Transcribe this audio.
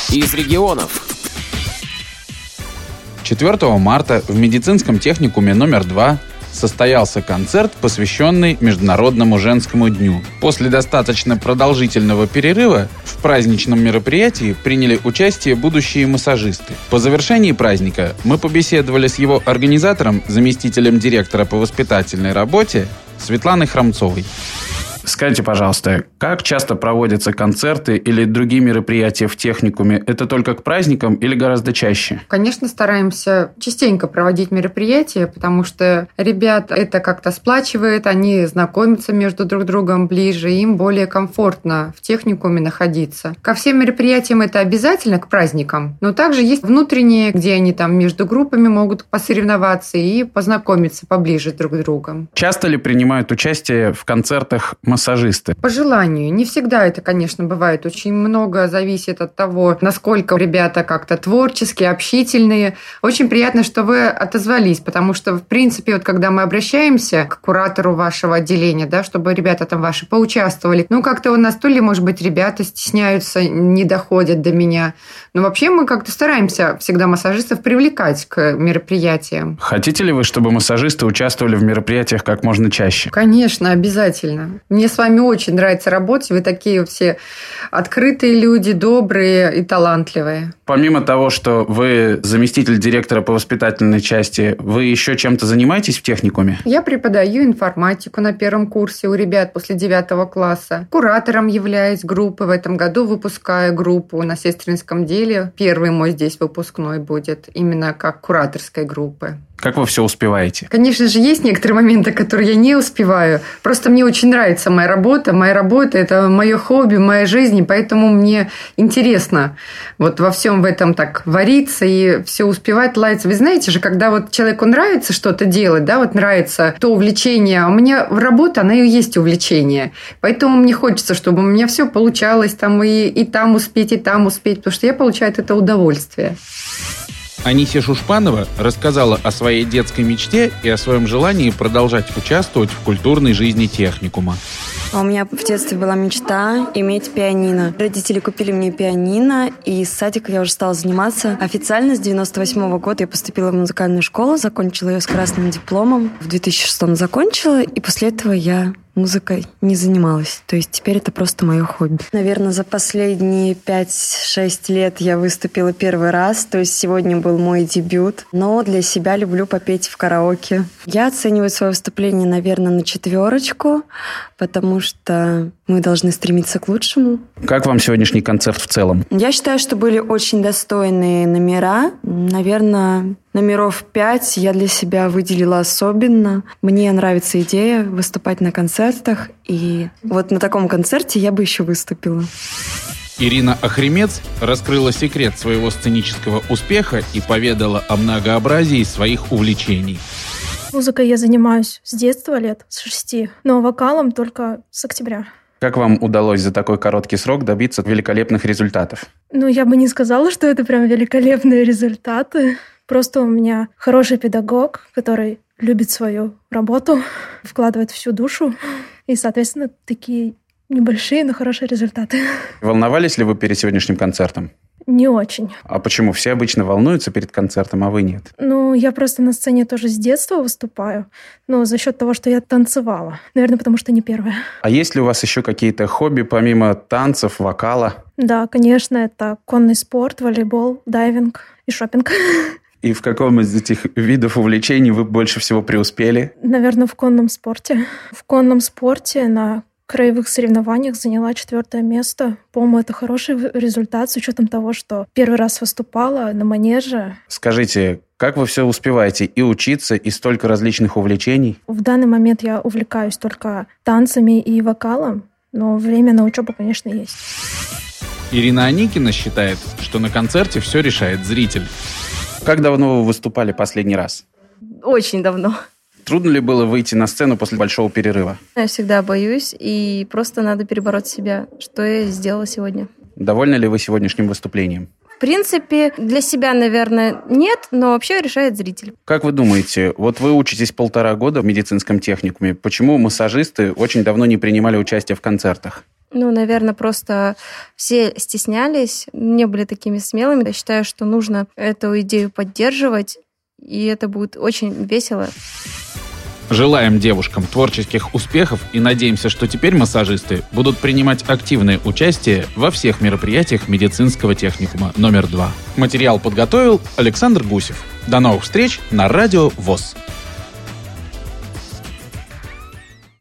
из регионов. 4 марта в медицинском техникуме номер 2 состоялся концерт, посвященный Международному женскому дню. После достаточно продолжительного перерыва в праздничном мероприятии приняли участие будущие массажисты. По завершении праздника мы побеседовали с его организатором, заместителем директора по воспитательной работе Светланой Храмцовой. Скажите, пожалуйста, как часто проводятся концерты или другие мероприятия в техникуме? Это только к праздникам или гораздо чаще? Конечно, стараемся частенько проводить мероприятия, потому что ребят это как-то сплачивает, они знакомятся между друг другом ближе, им более комфортно в техникуме находиться. Ко всем мероприятиям это обязательно, к праздникам, но также есть внутренние, где они там между группами могут посоревноваться и познакомиться поближе друг с другом. Часто ли принимают участие в концертах массажисты? По желанию. Не всегда это, конечно, бывает. Очень много зависит от того, насколько ребята как-то творческие, общительные. Очень приятно, что вы отозвались, потому что, в принципе, вот когда мы обращаемся к куратору вашего отделения, да, чтобы ребята там ваши поучаствовали, как-то у нас то ли, может быть, ребята стесняются, не доходят до меня. Но вообще мы как-то стараемся всегда массажистов привлекать к мероприятиям. Хотите ли вы, чтобы массажисты участвовали в мероприятиях как можно чаще? Конечно, обязательно. Мне с вами очень нравится работать. Вы такие все открытые люди, добрые и талантливые. Помимо того, что вы заместитель директора по воспитательной части, вы еще чем-то занимаетесь в техникуме? Я преподаю информатику на 1 курсе у ребят после 9 класса. Куратором являюсь группы. В этом году выпускаю группу на сестринском деле. Первый мой здесь выпускной будет именно как кураторской группы. Как вы все успеваете? Конечно же, есть некоторые моменты, которые я не успеваю. Просто мне очень нравится моя работа. Моя работа – это мое хобби, моя жизнь, и поэтому мне интересно вот во всем в этом так вариться и все успевать, ладиться. Вы знаете же, когда вот человеку нравится что-то делать, да, вот нравится то увлечение, а у меня работа, она и есть увлечение. Поэтому мне хочется, чтобы у меня все получалось там и там успеть, потому что я получаю от этого удовольствие. Анисия Шушпанова рассказала о своей детской мечте и о своем желании продолжать участвовать в культурной жизни техникума. У меня в детстве была мечта иметь пианино. Родители купили мне пианино, и с садика я уже стала заниматься. Официально с 98 года я поступила в музыкальную школу, закончила ее с красным дипломом. В 2006 закончила, и после этого я музыкой не занималась. То есть теперь это просто мое хобби. Наверное, за последние 5-6 лет я выступила первый раз. То есть сегодня был мой дебют. Но для себя люблю попеть в караоке. Я оцениваю свое выступление, наверное, на 4, потому что мы должны стремиться к лучшему. Как вам сегодняшний концерт в целом? Я считаю, что были очень достойные номера. Наверное, номеров 5 я для себя выделила особенно. Мне нравится идея выступать на концертах. И вот на таком концерте я бы еще выступила. Ирина Охремец раскрыла секрет своего сценического успеха и поведала о многообразии своих увлечений. Музыкой я занимаюсь с детства, лет с 6, но вокалом только с октября. Как вам удалось за такой короткий срок добиться великолепных результатов? Я бы не сказала, что это прям великолепные результаты. Просто у меня хороший педагог, который любит свою работу, вкладывает всю душу. И, соответственно, такие небольшие, но хорошие результаты. Волновались ли вы перед сегодняшним концертом? Не очень. А почему? Все обычно волнуются перед концертом, а вы нет? Я просто на сцене тоже с детства выступаю, но за счет того, что я танцевала. Наверное, потому что не первая. А есть ли у вас еще какие-то хобби, помимо танцев, вокала? Да, конечно, это конный спорт, волейбол, дайвинг и шопинг. И в каком из этих видов увлечений вы больше всего преуспели? Наверное, в конном спорте. В конном спорте на краевых соревнованиях заняла 4 место. По-моему, это хороший результат с учетом того, что первый раз выступала на манеже. Скажите, как вы все успеваете и учиться, и столько различных увлечений? В данный момент я увлекаюсь только танцами и вокалом, но время на учебу, конечно, есть. Ирина Аникина считает, что на концерте все решает зритель. Как давно вы выступали последний раз? Очень давно. Трудно ли было выйти на сцену после большого перерыва? Я всегда боюсь, и просто надо перебороть себя, что я сделала сегодня. Довольны ли вы сегодняшним выступлением? В принципе, для себя, наверное, нет, но вообще решает зритель. Как вы думаете, вот вы учитесь 1,5 года в медицинском техникуме, почему массажисты очень давно не принимали участие в концертах? Наверное, просто все стеснялись, не были такими смелыми. Я считаю, что нужно эту идею поддерживать, и это будет очень весело. Желаем девушкам творческих успехов и надеемся, что теперь массажисты будут принимать активное участие во всех мероприятиях медицинского техникума номер 2. Материал подготовил Александр Гусев. До новых встреч на Радио ВОС.